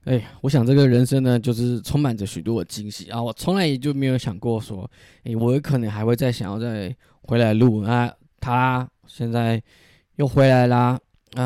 我想这个人生呢，就是充满着许多的惊喜啊！我从来也就没有想过说，我有可能还会再想要再回来录啊。他现在又回来啦，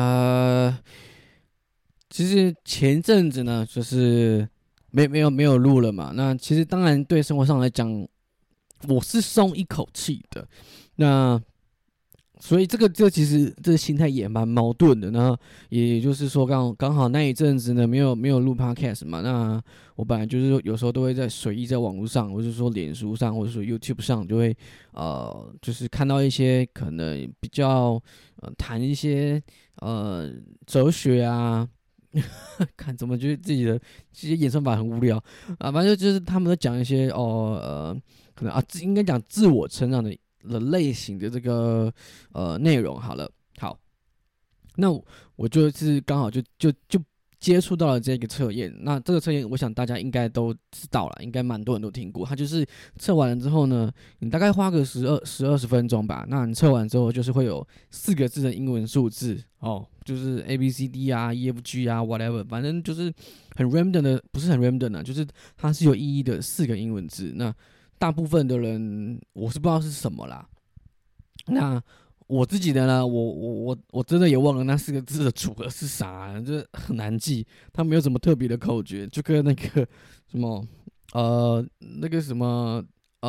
其实前阵子呢，就是没有录了嘛。那其实当然对生活上来讲，我是松一口气的。那所以这其实这个心态也蛮矛盾的。那也就是说刚好那一阵子呢没有录 podcast 嘛。那我本来就是说有时候都会在随意在网络上，或者说脸书上，或者说 YouTube 上，就会就是看到一些可能比较谈一些哲学啊。看怎么觉得自己的这些演算法很无聊啊。反正就是他们都讲一些可能应该讲自我成长的类型的这个内容好了。好，那我就是刚好就接触到了这个测验。那这个测验我想大家应该都知道了，应该蛮多人都听过。它就是测完了之后呢，你大概花个20分钟吧。那你测完之后就是会有4个字的英文数字就是 ABCD 啊 EFG 啊 whatever， 反正就是很 random 的，不是很 random 的，就是它是有意义的4个英文字。那大部分的人我是不知道是什么啦。那我自己的呢，我真的也忘了那4个字的组合是啥，这很难记。它没有什么特别的口诀，就跟那个什么那个什么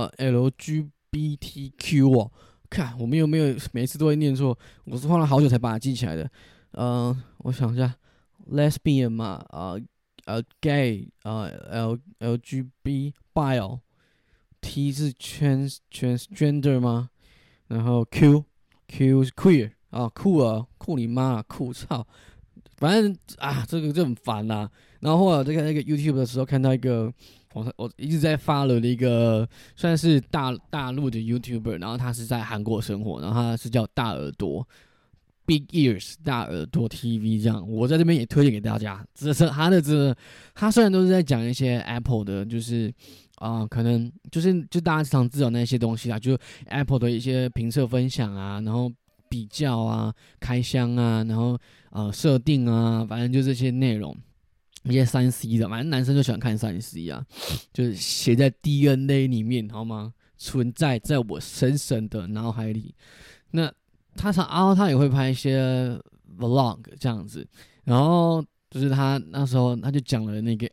LGBTQ 看我们有没有每一次都会念错，我是花了好久才把它记起来的。我想一下 ，lesbian 嘛，gay，LGBT T 是 transgender 吗？然后 Q 是 queer 啊，酷你妈啊，酷操！反正这个就很烦啦。然后后来在看那个 YouTube 的时候，看到一个我一直在 follow 的一个算是大陆的 YouTuber， 然后他是在韩国生活，然后他是叫大耳朵 Big Ears 大耳朵 TV 这样。我在这边也推荐给大家，他虽然都是在讲一些 Apple 的，就是可能就大家常知道那些东西啦，就 Apple 的一些评测分享啊，然后比较啊、开箱啊，然后设定啊，反正就这些内容，一些3C 的，反正男生就喜欢看3C 啊，就是写在 DNA 里面，好吗？存在在我深深的脑海里。那他也会拍一些 vlog 这样子，然后就是他那时候他就讲了那个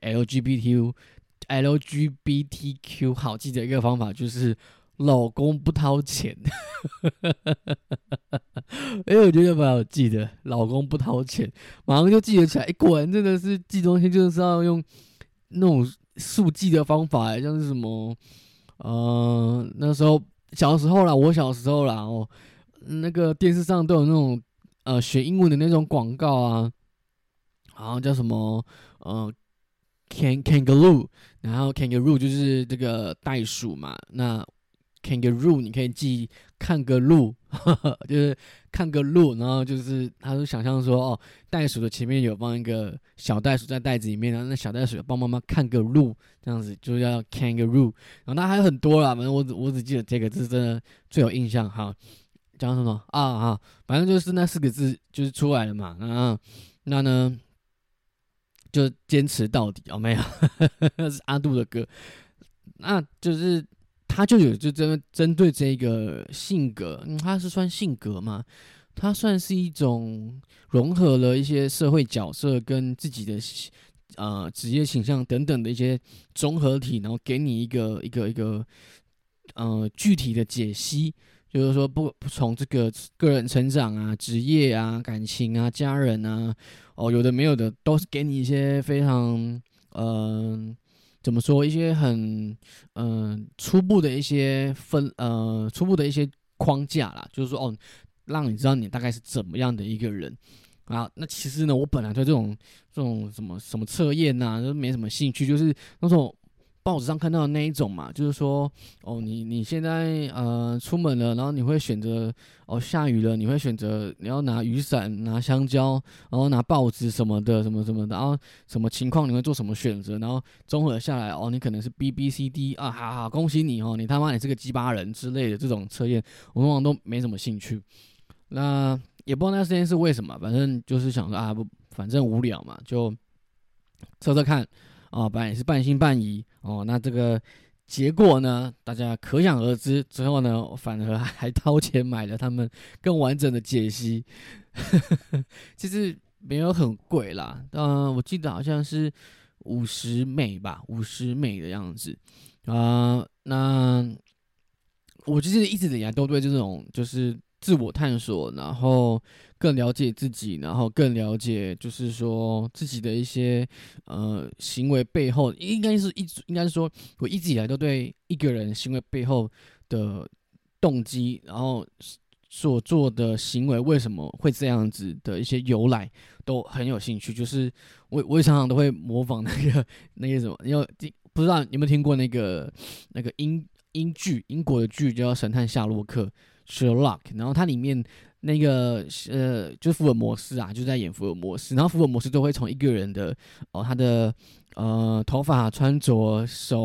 LGBTQ 好记得一个方法，就是老公不掏钱。我觉得蛮好记的，老公不掏钱，马上就记得起来。果然真的是记东西就是要用那种速记的方法，像是什么那时候小时候啦，我小时候啦那个电视上都有那种学英文的那种广告啊，好像叫什么kangaroo， 然后 kangaroo 就是这个袋鼠嘛。那 kangaroo 你可以记看个路，就是看个路，然后就是他就想象说袋鼠的前面有放一个小袋鼠在袋子里面，然后那小袋鼠帮妈妈看个路，这样子就叫 kangaroo。然后它还有很多啦，反正我只记得这个字真的最有印象。好，讲什么反正就是那4个字就是出来了嘛。那呢就坚持到底没有，那是阿杜的歌。那就是他就有就针对这个性格，他是算性格吗？他算是一种融合了一些社会角色跟自己的职业倾向等等的一些综合体，然后给你一个具体的解析。就是说不从这个个人成长啊、职业啊、感情啊、家人啊，有的没有的，都是给你一些非常怎么说，一些很初步的一些框架啦，就是说让你知道你大概是怎么样的一个人啊。那其实呢，我本来对这种什么测验呐，都没什么兴趣，就是那种报纸上看到的那一种嘛，就是说你现在出门了，然后你会选择下雨了，你会选择你要拿雨伞、拿香蕉，然后拿报纸什么的，什么什么的，然后什么情况你会做什么选择，然后综合下来你可能是 BBCD 好，恭喜你你他妈你是个鸡巴人之类的这种测验，我往往都没什么兴趣。那也不知道那时间是为什么，反正就是想说反正无聊嘛，就测测看本来也是半信半疑那这个结果呢，大家可想而知。之后呢，我反而还掏钱买了他们更完整的解析，其实没有很贵啦，我记得好像是50美吧，50美的样子那我就是一直以来都对这种就是自我探索，然后更了解自己，然后更了解就是说自己的一些行为背后，应该是说，我一直以来都对一个人行为背后的动机，然后所做的行为为什么会这样子的一些由来都很有兴趣。就是我也常常都会模仿那个什么，因为不知道你有没有听过那个英国的剧叫《神探夏洛克》（Sherlock），然后它里面那个就是福尔摩斯就在演福尔摩斯，然后福尔摩斯都会从一个人的他的头发、穿着、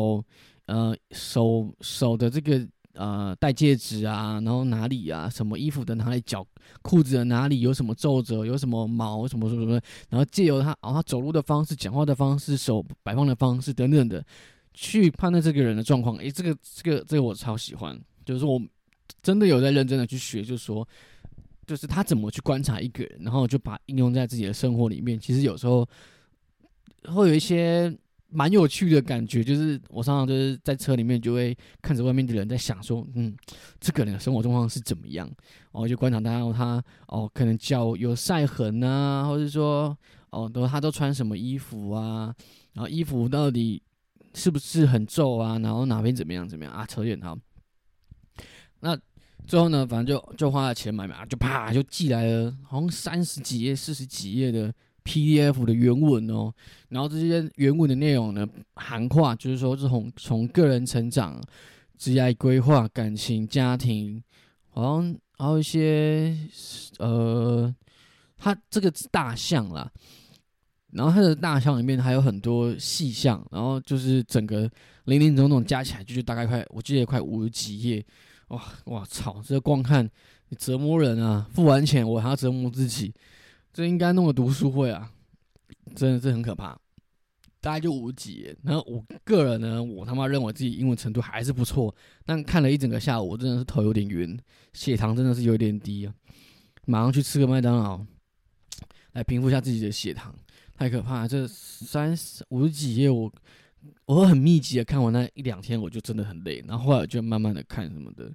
手的这个戴戒指然后哪里什么衣服的哪里裤子的哪里有什么皱褶，有什么毛，什么什么什么，然后借由他走路的方式、讲话的方式、手摆放的方式等等的，去判断这个人的状况。这个我超喜欢，就是说我真的有在认真的去学，就是说，就是他怎么去观察一个人，然后就把应用在自己的生活里面。其实有时候会有一些蛮有趣的感觉，就是我常常就是在车里面就会看着外面的人在想说，这个人的生活状况是怎么样，然后就观察他可能脚有晒痕或者说他都穿什么衣服然后衣服到底是不是很皱然后哪边怎么样扯远好。那最后呢，反正就花了钱买嘛，就寄来了，好像30几页、40几页的 PDF 的原文然后这些原文的内容呢，涵盖就是说从个人成长、职业规划、感情、家庭，好像还有一些它这个大项啦，然后它的大项里面还有很多细项，然后就是整个零零总总加起来，就是大概我记得快50几页。哇操！这光看你折磨人付完钱我还要折磨自己，这应该弄个读书会真的是很可怕。大概就50几页，然后我个人呢，我他妈认为自己英文程度还是不错，但看了一整个下午，我真的是头有点晕，血糖真的是有点低马上去吃个麦当劳，来平复一下自己的血糖，太可怕了。这50几页我很密集的看完那1-2天，我就真的很累，然后后来我就慢慢的看什么的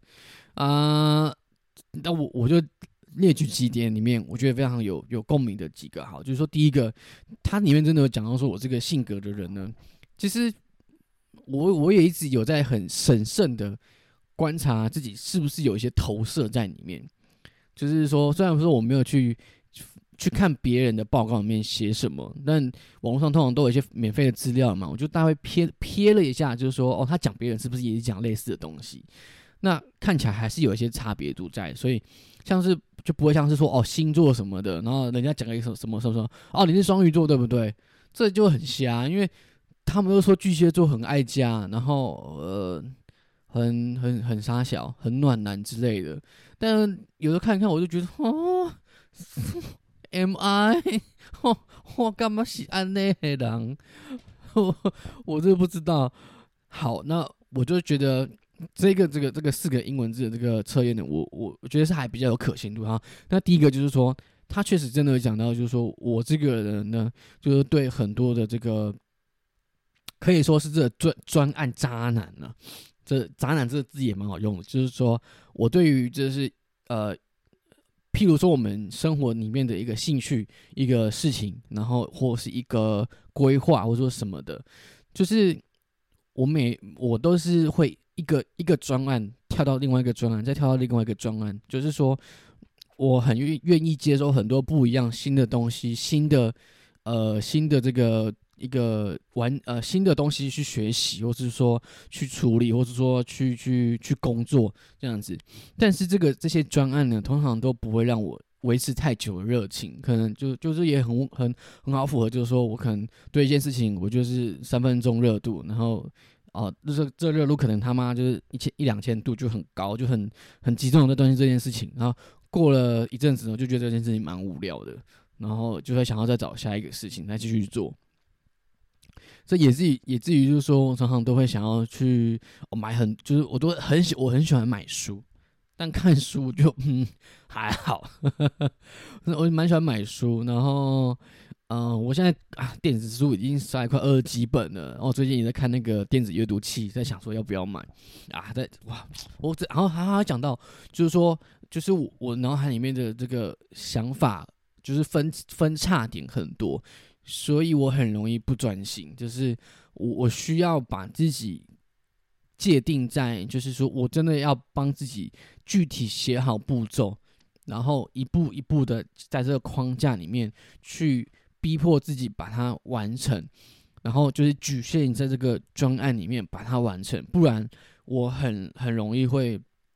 那我就列举几点里面，我觉得非常有共鸣的几个就是说第一个，它里面真的有讲到说我这个性格的人呢，其实我也一直有在很审慎的观察自己是不是有一些投射在里面，就是说虽然说我没有去看别人的报告里面写什么，但网络上通常都有一些免费的资料嘛，我就大概瞥了一下，就是说他讲别人是不是也是讲类似的东西，那看起来还是有一些差别度在，所以像是就不会像是说星座什么的，然后人家讲个什么你是双鱼座对不对？这就很瞎，因为他们都说巨蟹座很爱家，然后很傻小，很暖男之类的，但有时候看一看我就觉得Am I？ 我干嘛是安内的人？我真的不知道。好，那我就觉得这个4个英文字的这个测验呢，我觉得是还比较有可信度那第一个就是说，他确实真的有讲到，就是说我这个人呢，就是对很多的这个可以说是这专案渣男这渣男这个字也蛮好用的，就是说我对于就是譬如说我们生活里面的一个兴趣、一个事情，然后或是一个规划，或者说什么的，就是我都是会一个专案跳到另外一个专案，再跳到另外一个专案，就是说我很愿意接受很多不一样新的东西，新的这个一个新的东西去学习，或是说去处理，或是说去工作这样子。但是这些专案呢，通常都不会让我维持太久的热情，可能就是也很好符合，就是说我可能对一件事情，我就是3分钟热度，然后就是这热度可能他妈就是1000-2000度就很高，就很集中的在担心这件事情，然后过了一阵子，我就觉得这件事情蛮无聊的，然后就会想要再找下一个事情再继续做。 这也至于就是说，我常常都会想要去买就是我很喜欢买书，但看书就还好，我蛮喜欢买书，然后我现在电子书已经塞快20几本了，然后最近也在看那个电子阅读器，在想说要不要买然后还讲到就是说，就是我脑海里面的这个想法就是分叉点很多，所以我很容易不专心，就是我需要把自己界定在，就是说我真的要帮自己具体写好步骤，然后一步一步的在这个框架里面去逼迫自己把它完成，然后就是局限在这个专案里面把它完成，不然我很容易会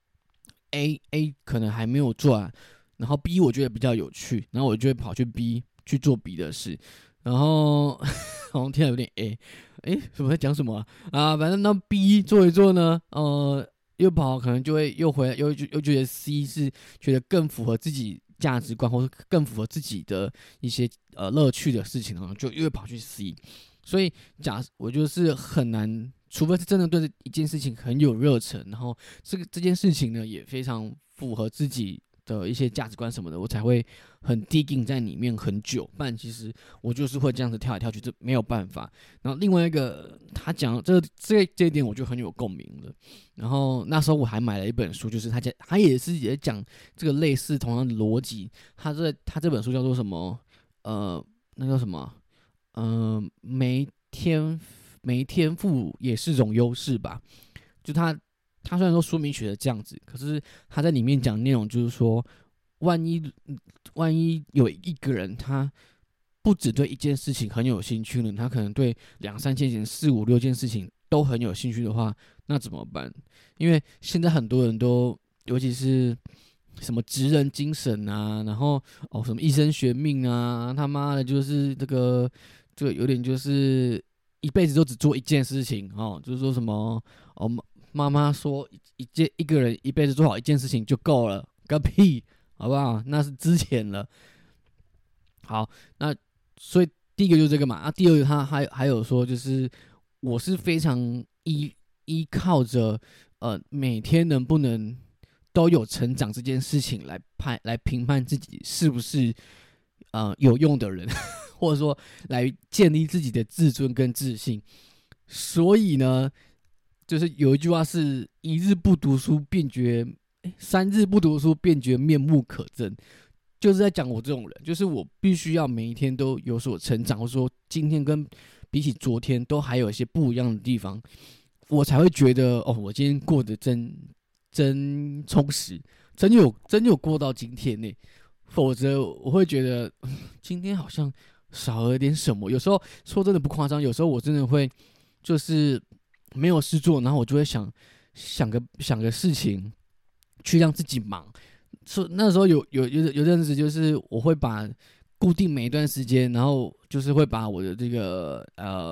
A 可能还没有做完，然后 B 我觉得比较有趣，然后我就会跑去 B 去做 B 的事，然后好像听起来有点什么在讲什么反正那 B 做一做呢，又跑可能就会又回来又觉得 C 是觉得更符合自己价值观，或是更符合自己的一些乐趣的事情，然后就又会跑去 C。所以我就是很难，除非是真的对一件事情很有热忱，然后这件事情呢也非常符合自己的一些价值观什么的，我才会很 digging 在里面很久。不然其实我就是会这样子跳来跳去，这没有办法。然后另外一个他讲这一点我就很有共鸣了。然后那时候我还买了一本书，就是他也是也讲这个类似同样的逻辑。他这本书叫做什么？那叫什么？没天赋也是种优势吧。就他虽然说说明写的这样子，可是他在里面讲内容就是说，万一有一个人他不只对一件事情很有兴趣呢，他可能对2、3件、4、5、6件事情都很有兴趣的话，那怎么办？因为现在很多人都，尤其是什么职人精神啊，然后什么一生悬命啊，他妈的，就是这个有点就是一辈子都只做一件事情就是说什么妈妈说一个人一辈子做好一件事情就够了，个屁，好不好？那是之前了。好，那所以第一个就是这个嘛，第二个他还有说，就是我是非常依靠着每天能不能都有成长这件事情来评判自己是不是有用的人，或者说来建立自己的自尊跟自信。所以呢，就是有一句话是一日不读书便觉3日不读书便觉面目可憎，就是在讲我这种人，就是我必须要每一天都有所成长，或者说今天跟比起昨天都还有一些不一样的地方，我才会觉得我今天过得真充实，真有过到今天呢。否则我会觉得今天好像少了点什么。有时候说真的不夸张，有时候我真的会就是没有事做，然后我就会想个事情去让自己忙。那时候有阵子，就是我会把固定每一段时间，然后就是会把我的这个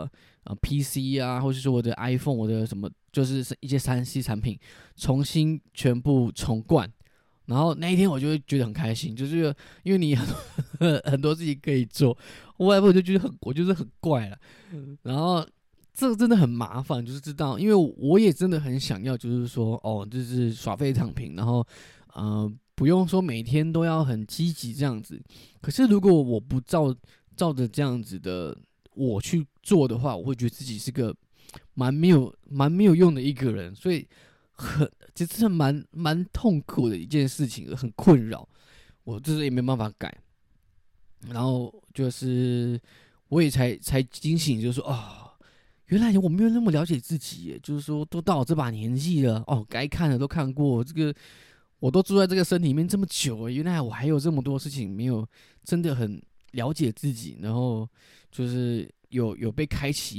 PC 啊，或者说我的 iPhone， 我的什么，就是一些3C 产品重新全部重灌。然后那一天我就会觉得很开心，就是因为你很多事情可以做，我就觉得我就是很怪了。然后这个真的很麻烦，就是知道，因为我也真的很想要，就是说就是耍废躺平，然后不用说每天都要很积极这样子。可是如果我不照着这样子的我去做的话，我会觉得自己是个蛮没有用的一个人，所以其实是蛮痛苦的一件事情，很困扰我，就是也没办法改。然后就是我也才惊醒，就是说原来我没有那么了解自己耶，就是说都到我这把年纪了该看的都看过，这个我都住在这个身体里面这么久了，原来我还有这么多事情没有真的很了解自己，然后就是有被开启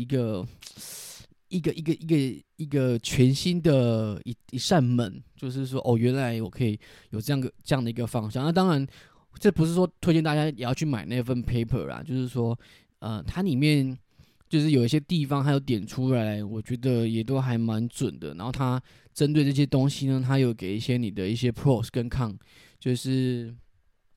一个全新的一扇门，就是说原来我可以有这样的一个方向。那当然，这不是说推荐大家也要去买那份 paper 啦，就是说它里面就是有一些地方还有点出来，我觉得也都还蛮准的。然后它针对这些东西呢，它有给一些你的一些 pros 跟 con，就是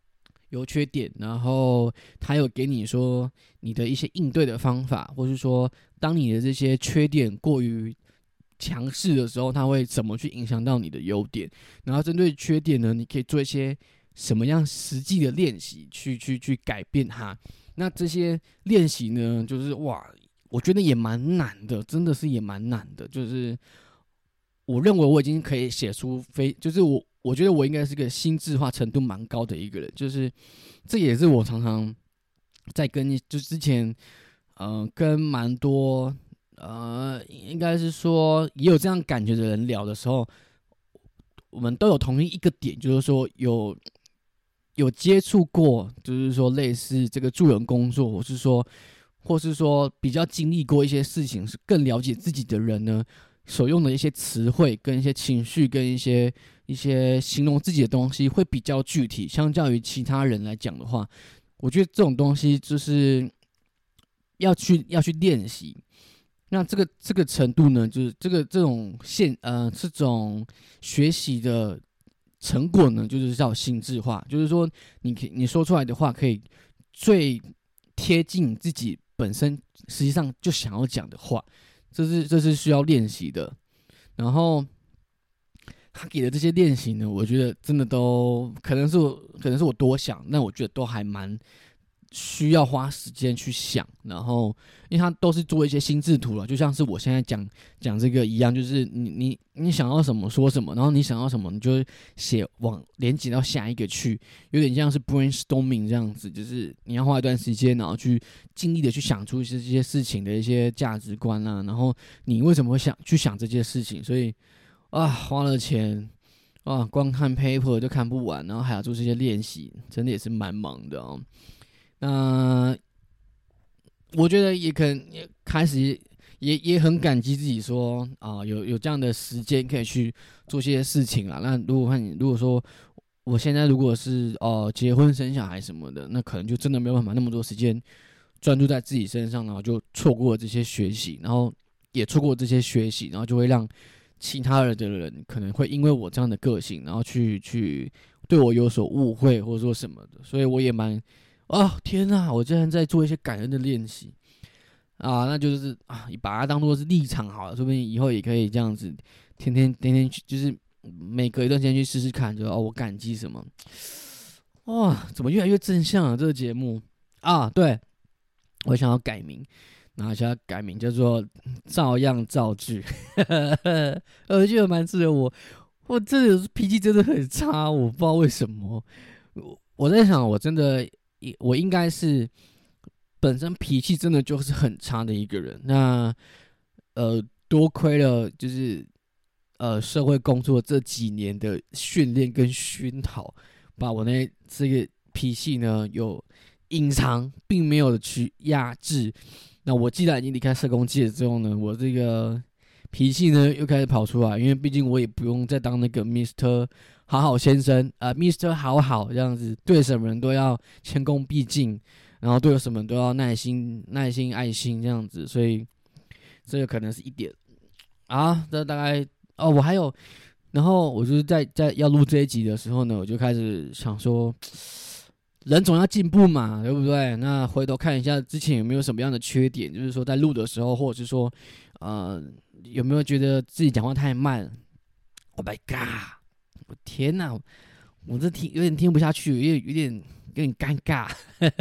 优缺点，然后他有给你说你的一些应对的方法，或是说当你的这些缺点过于强势的时候，它会怎么去影响到你的优点，然后针对缺点呢，你可以做一些什么样实际的练习去改变它。那这些练习呢，就是哇，我觉得也蛮难的，真的是也蛮难的。就是我认为我已经可以写出就是我觉得我应该是个心智化程度蛮高的一个人。就是这也是我常常在就之前跟蛮多应该是说也有这样感觉的人聊的时候，我们都有同一个点，就是说有接触过，就是说类似这个助人工作，或是说比较经历过一些事情，是更了解自己的人呢，所用的一些词汇、跟一些情绪、跟一些形容自己的东西，会比较具体。相较于其他人来讲的话，我觉得这种东西就是要去练习。那这个程度呢，就是这种这种学习的成果呢，就是叫心智化，就是说你说出来的话可以最贴近自己本身实际上就想要讲的话，这是需要练习的。然后他给的这些练习呢，我觉得真的都可能是我多想，那我觉得都还蛮需要花时间去想，然后因为他都是做一些心智图了，就像是我现在讲这个一样，就是你想要什么说什么，然后你想要什么你就写往连接到下一个去，有点像是 brainstorming 这样子，就是你要花一段时间，然后去尽力的去想出这些事情的一些价值观啊，然后你为什么会去想这件事情，所以花了钱。光看 paper 就看不完，然后还要做这些练习，真的也是蛮忙的哦。那我觉得也可能也开始也很感激自己说有这样的时间可以去做些事情啦。那如果说我现在如果是结婚生小孩什么的，那可能就真的没有办法那么多时间专注在自己身上，然后就错过了这些学习，然后也错过这些学习，然后就会让其他的人可能会因为我这样的个性，然后去对我有所误会或者说什么的，所以我也蛮天哪！我竟然在做一些感恩的练习那就是把它当做是立场好了，说不定以后也可以这样子，天天去，就是每隔一段时间去试试看，就我感激什么。怎么越来越正向啊？这个节目对，我想要改名，然后想要改名叫做照样造句，我觉得蛮适合我。我这个脾气真的很差，我不知道为什么。我在想，我应该是本身脾气真的就是很差的一个人。那多亏了就是社会工作这几年的训练跟熏陶，把我这个脾气呢有隐藏，并没有去压制。那我既然已经离开社工界之后呢，我这个脾气呢又开始跑出来，因为毕竟我也不用再当那个 Mr. 好好先生Mr. 好好这样子，对什么人都要前恭毕敬，然后对什么人都要耐心、爱心这样子，所以这个可能是一点这大概我还有，然后我就是在要录这一集的时候呢，我就开始想说，人总要进步嘛，对不对？那回头看一下之前有没有什么样的缺点，就是说在录的时候，或者是说有没有觉得自己讲话太慢 ？Oh my god！ 我天哪，我这有点听不下去，有点尴尬。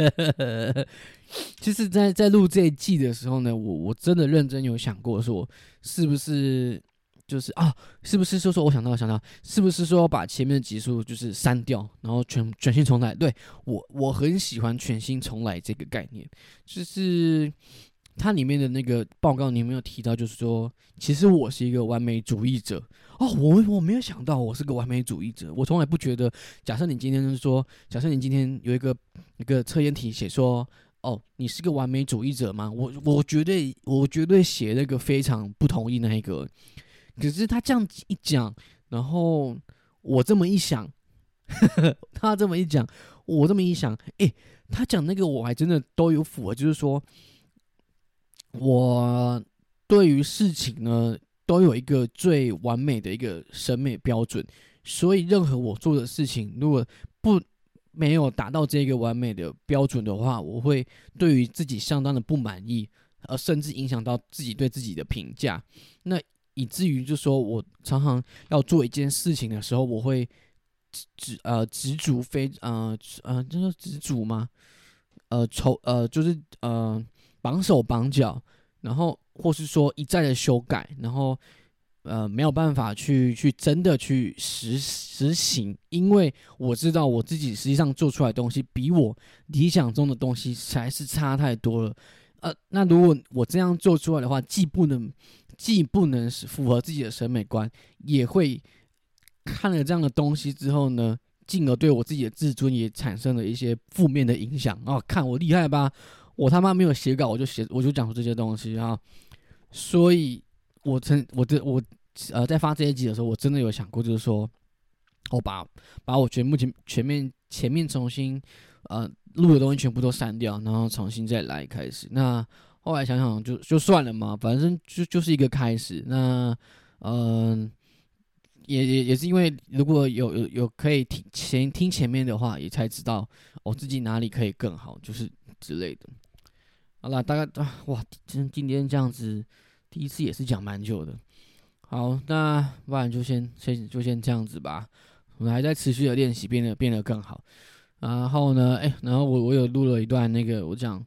其实在录这一季的时候呢，我真的认真有想过说，是不是就是是不是说我想到，是不是说把前面的集数就是删掉，然后全新重来？对，我很喜欢全新重来这个概念，就是它里面的那个报告里面有提到，就是说，其实我是一个完美主义者。我没有想到我是个完美主义者，我从来不觉得。假设你今天有一个测验题写说，你是个完美主义者吗？我绝对写那个非常不同意那一个。可是他这样一讲，然后我这么一想，他这么一讲，我这么一想，他讲那个我还真的都有符合，就是说我对于事情呢都有一个最完美的一个审美标准，所以任何我做的事情，如果没有达到这个完美的标准的话，我会对于自己相当的不满意，甚至影响到自己对自己的评价。那以至于就说我常常要做一件事情的时候，我会执着这叫执着吗？就是绑手绑脚，然后或是说一再的修改，然后没有办法去真的去实行，因为我知道我自己实际上做出来的东西比我理想中的东西才是差太多了。那如果我这样做出来的话，既不能符合自己的审美观，也会看了这样的东西之后呢，进而对我自己的自尊也产生了一些负面的影响。看我厉害吧，我他妈没有写稿，我就讲出这些东西啊。所以我在发这一集的时候，我真的有想过，就是说，我把我前面重新录的东西全部都删掉，然后重新再来开始。那后来想想就算了嘛，反正就是一个开始。那也是因为如果有可以听前面的话，也才知道自己哪里可以更好，就是之类的。好啦，大概哇，今天这样子，第一次也是讲蛮久的。好，那不然就先这样子吧。我们还在持续的练习，变得更好。然后呢，然后我有录了一段那个我讲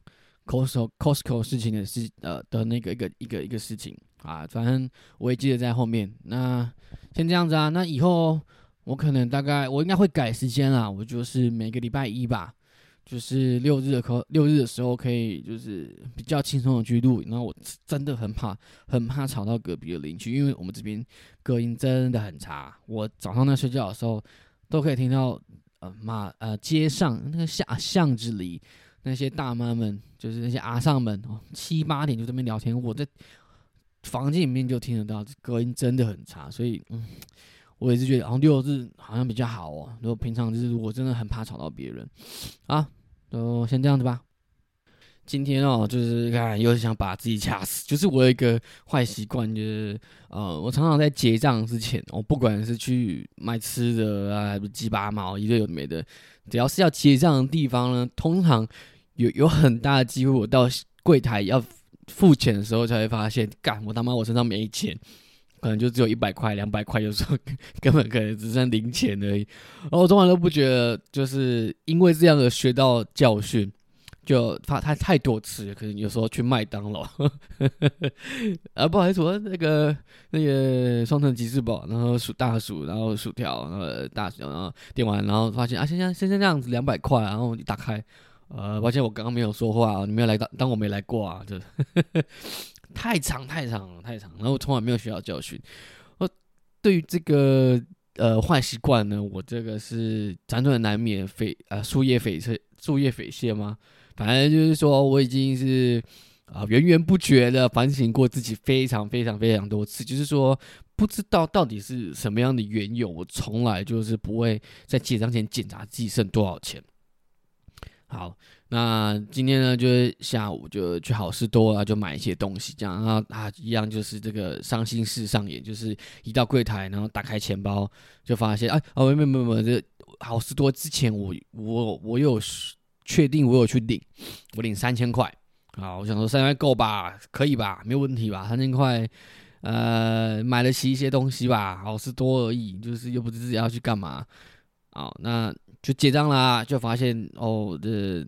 Costco 事情的那个一个事情啊，反正我也记得在后面。那先这样子啊，那以后我可能我应该会改时间啦，我就是每个礼拜一吧。就是六日的时候可以就是比较轻松的去录，然后我真的很怕吵到隔壁的邻居，因为我们这边隔音真的很差。我早上在睡觉的时候都可以听到街上那个巷子里那些大妈们，就是那些阿桑们7、8点就在那边聊天，我在房间里面就听得到，隔音真的很差。所以我也是觉得六日好像比较好哦。如果平常就是我真的很怕吵到别人啊，就先这样子吧。今天就是又是想把自己掐死。就是我有一个坏习惯，就是我常常在结账之前，不管是去买吃的啊，鸡巴毛一堆有的没的，只要是要结账的地方呢，通常有很大的机会，我到柜台要付钱的时候才会发现，我他妈我身上没钱。可能就只有100块、200块，有时候根本可能只剩零钱而已。然后我从来都不觉得，就是因为这样的学到教训，就太多次了。可能有时候去麦当劳，不好意思，我那个双层吉士堡，然后大薯，然后薯条，然后大薯，然后点完，然后发现现在这样子200块，然后一打开，抱歉，我刚刚没有说话，你没有来当我没来过啊，就。太长了，然后我从来没有学到教训。对于这个坏习惯呢，我这个是辗转难免，树叶匪懈吗？反正就是说，我已经是源源不绝的反省过自己非常多次，就是说不知道到底是什么样的缘由，我从来就是不会在结账前检查自己剩多少钱。好，那今天呢，就是下午就去好事多啊，就买一些东西，这样，然后一样就是这个伤心事上演，就是一到柜台，然后打开钱包，就发现没，这好事多之前我有确定我有去领，我领3000块，好，我想说3000块够吧，可以吧，没有问题吧，3000块，买得起一些东西吧，好事多而已，就是又不是自己要去干嘛，好，那。就结账啦，就发现这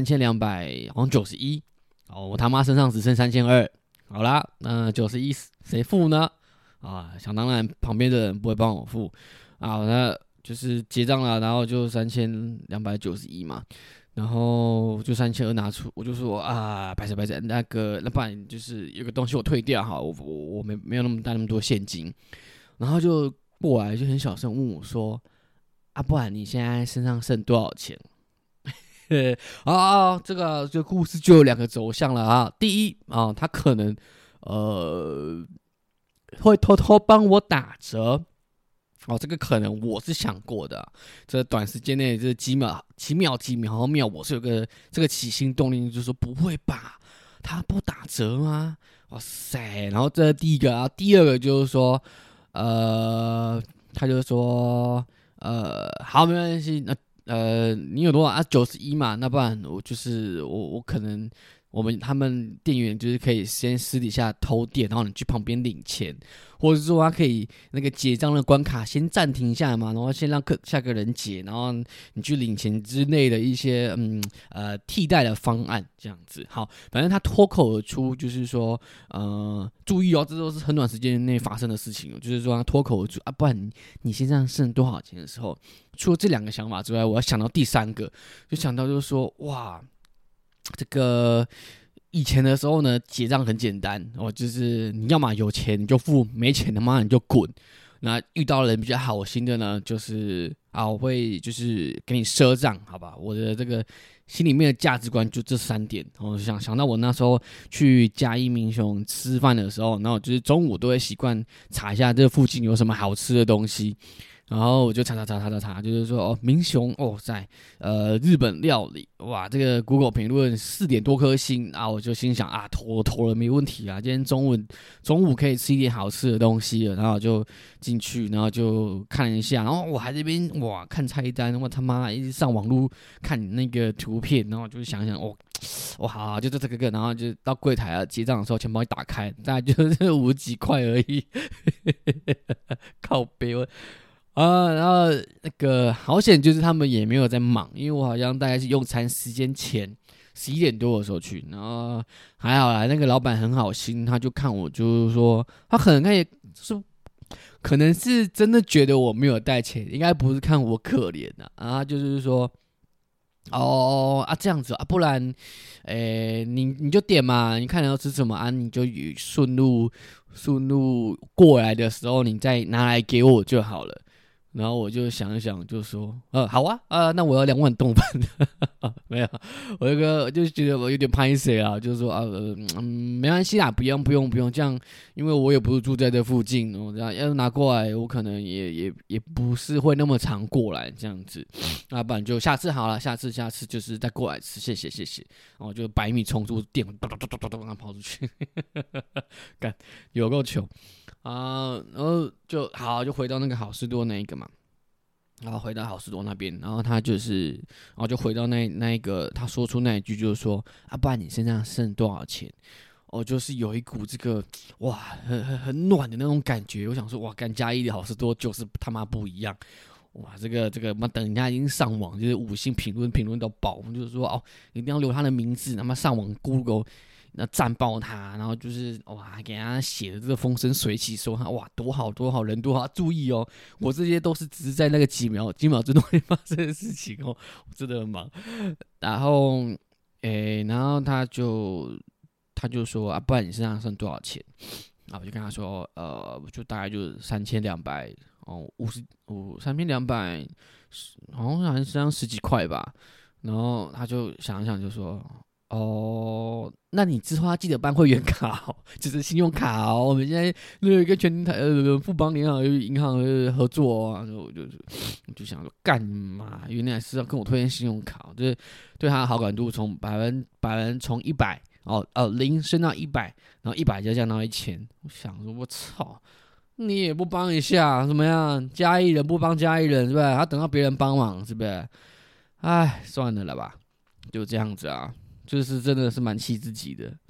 3291好像91，我他妈身上只剩3200，好啦，那91谁付呢？想当然旁边的人不会帮我付，那就是结账了，然后就3291嘛，然后就3200拿出，我就说拍谁，那不然就是有个东西我退掉哈，我没有那么多现金，然后就过来就很小声问我说。不然你现在身上剩多少钱？这个故事就有2个走向了啊。第一他可能会偷偷帮我打折。这个可能我是想过的。这短时间内这几秒，我是有个这个起心动念，就是说不会吧，他不打折吗？哇塞！然后这是第一个啊，第二个就是说，他就说。好，没关系。 你有多少啊？91嘛，那不然我可能他们店员就是可以先私底下偷电，然后你去旁边领钱，或者是说他可以那个结账的关卡先暂停一下嘛，然后先让下个人结，然后你去领钱之类的一些替代的方案这样子。好，反正他脱口而出就是说注意哦，这都是很短时间内发生的事情，就是说他脱口而出啊，不然你身上剩多少钱的时候，除了这2个想法之外，我要想到第3个，就想到就是说哇。这个以前的时候呢，结账很简单就是你要嘛有钱你就付，没钱的嘛你就滚。那遇到人比较好心的呢，就是我会就是给你赊账，好吧？我的这个心里面的价值观就这3点。我想到我那时候去嘉义民雄吃饭的时候，然后就是中午都会习惯查一下这附近有什么好吃的东西。然后我就查，就是说民雄在日本料理，哇，这个 Google 评论4点多颗星啊，我就心想投了没问题啊，今天中午可以吃一点好吃的东西了，然后就进去，然后就看一下，然后我还这边看菜单，我他妈一直上网路看你那个图片，然后就想好，就这个，然后就到柜台结账的时候，钱包一打开，大概就是50几块而已，靠背然后那个好险，就是他们也没有在忙，因为我好像大概是用餐时间前11点多的时候去，然后还好啦，那个老板很好心，他就看我就是说，他可能是真的觉得我没有带钱，应该不是看我可怜然后就是说。这样子不然，你就点嘛，你看你要吃什么你就顺路过来的时候，你再拿来给我就好了。然后我就想一想，就说，好那我要2碗冻饭没有，我就觉得我有点拍谁啊，就是说没关系啦，不用这样，因为我也不是住在这附近，这样要拿过来，我可能也不是会那么常过来这样子，那不然就下次好了，下次就是再过来吃，谢谢，然后就100米冲出店，咚跑出去，干有够糗。然后就回到那个好事多那一个嘛，然后回到好事多那边，然后他就回到那一个，他说出那一句就是说不然你身上剩多少钱？就是有一股这个很暖的那种感觉。我想说干嘉义的好事多就是他妈不一样。这个妈等人家已经上网，就是5星评论到爆，我们就是说一定要留他的名字，他妈上网 Google。那赞爆他，然后就是给他写的这个风生水起，说他多好人多好，注意我这些都是只是在那个几秒之内发生的事情我真的很忙。然后他就说不然你身上剩多少钱？我就跟他说就大概就是32003200，好像身上10几块吧。然后他就想一想就说。那你之后要记得办会员卡就是信用卡我们现在有一个全台富邦银行合作我就想说干嘛？原来是要跟我推荐信用卡，就是对他的好感度从从1000升到100，然后100就降到1000。我想说，我操，你也不帮一下，怎么样？嘉义人不帮嘉义人是不是？他等到别人帮忙是不是？算了吧，就这样子就是真的是蛮气自己的。